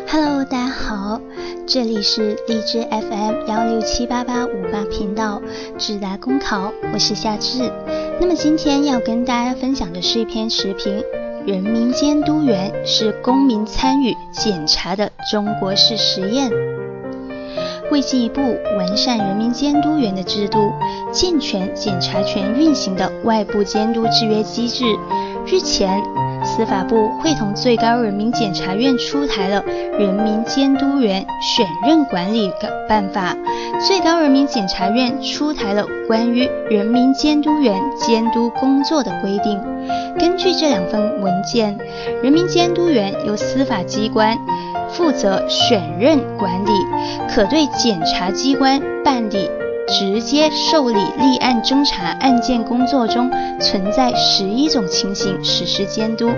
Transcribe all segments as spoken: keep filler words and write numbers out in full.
Hello， 大家好，这里是荔枝 F M 幺六七八八五八频道，智达公考，我是夏至。那么今天要跟大家分享的是一篇时评，人民监督员是公民参与检查的中国式实验。为进一步完善人民监督员的制度，健全检察权运行的外部监督制约机制，日前司法部会同最高人民检察院出台了《人民监督员选任管理办法》，最高人民检察院出台了关于人民监督员监督工作的规定。根据这两份文件，人民监督员由司法机关负责选任管理，可对检察机关办理直接受理立案侦查案件工作中存在十一种情形实施监督。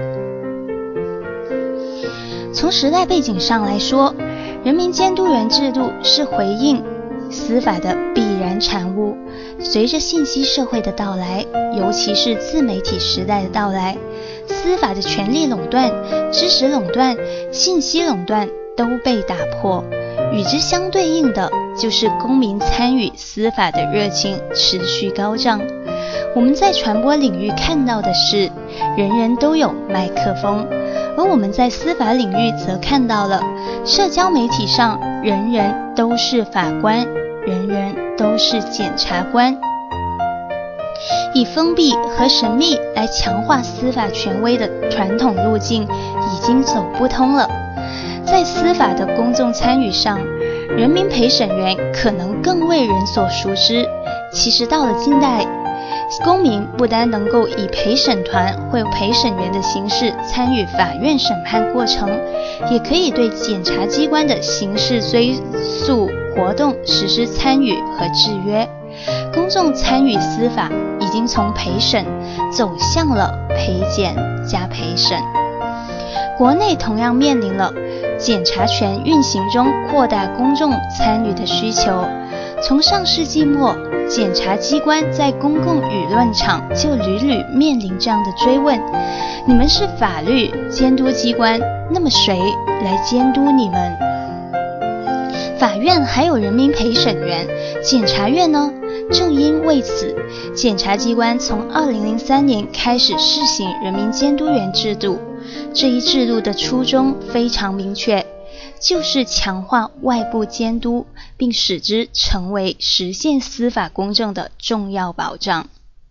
从时代背景上来说，人民监督员制度是回应司法的必然产物。随着信息社会的到来，尤其是自媒体时代的到来，司法的权力垄断、知识垄断、信息垄断都被打破。与之相对应的就是公民参与司法的热情持续高涨。我们在传播领域看到的是人人都有麦克风，而我们在司法领域则看到了社交媒体上人人都是法官，人人都是检察官。以封闭和神秘来强化司法权威的传统路径已经走不通了。在司法的公众参与上，人民陪审员可能更为人所熟知。其实到了近代，公民不单能够以陪审团或陪审员的形式参与法院审判过程，也可以对检察机关的刑事追诉活动实施参与和制约。公众参与司法已经从陪审走向了陪检加陪审。国内同样面临了检察权运行中扩大公众参与的需求。从上世纪末，检察机关在公共舆论场就屡屡面临这样的追问：你们是法律监督机关，那么谁来监督你们？法院还有人民陪审员，检察院呢？正因为此，检察机关从二零零三年开始试行人民监督员制度。这一制度的初衷非常明确，就是强化外部监督，并使之成为实现司法公正的重要保障。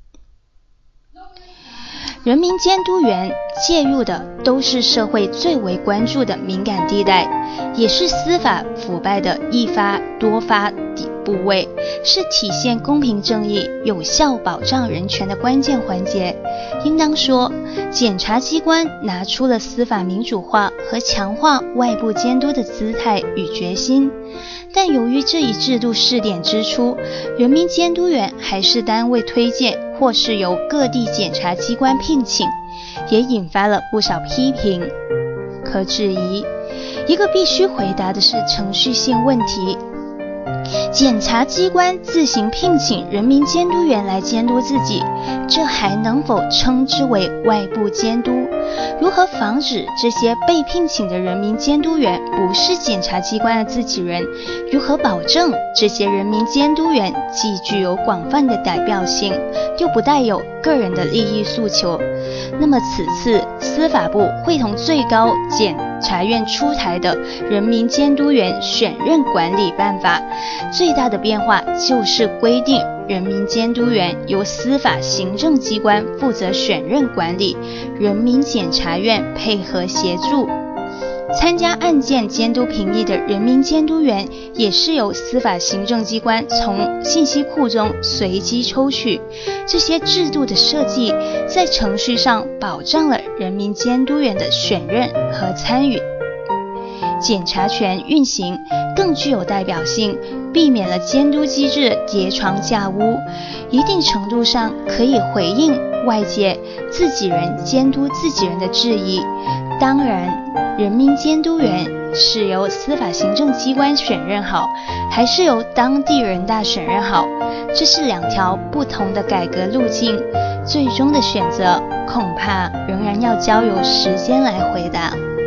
人民监督员介入的都是社会最为关注的敏感地带，也是司法腐败的易发多发部位，是体现公平正义、有效保障人权的关键环节。应当说，检察机关拿出了司法民主化和强化外部监督的姿态与决心。但由于这一制度试点之初，人民监督员还是单位推荐或是由各地检察机关聘请，也引发了不少批评。可质疑，一个必须回答的是程序性问题：检察机关自行聘请人民监督员来监督自己，这还能否称之为外部监督？如何防止这些被聘请的人民监督员不是检察机关的自己人？如何保证这些人民监督员既具有广泛的代表性，又不带有个人的利益诉求？那么此次司法部会同最高检察院出台的《人民监督员选任管理办法》，最大的变化就是规定人民监督员由司法行政机关负责选任管理，人民检察院配合协助。参加案件监督评议的人民监督员也是由司法行政机关从信息库中随机抽取。这些制度的设计在程序上保障了人民监督员的选任和参与，检察权运行更具有代表性，避免了监督机制的叠床架屋，一定程度上可以回应外界自己人监督自己人的质疑。当然，人民监督员是由司法行政机关选任好，还是由当地人大选任好，这是两条不同的改革路径，最终的选择恐怕仍然要交由时间来回答。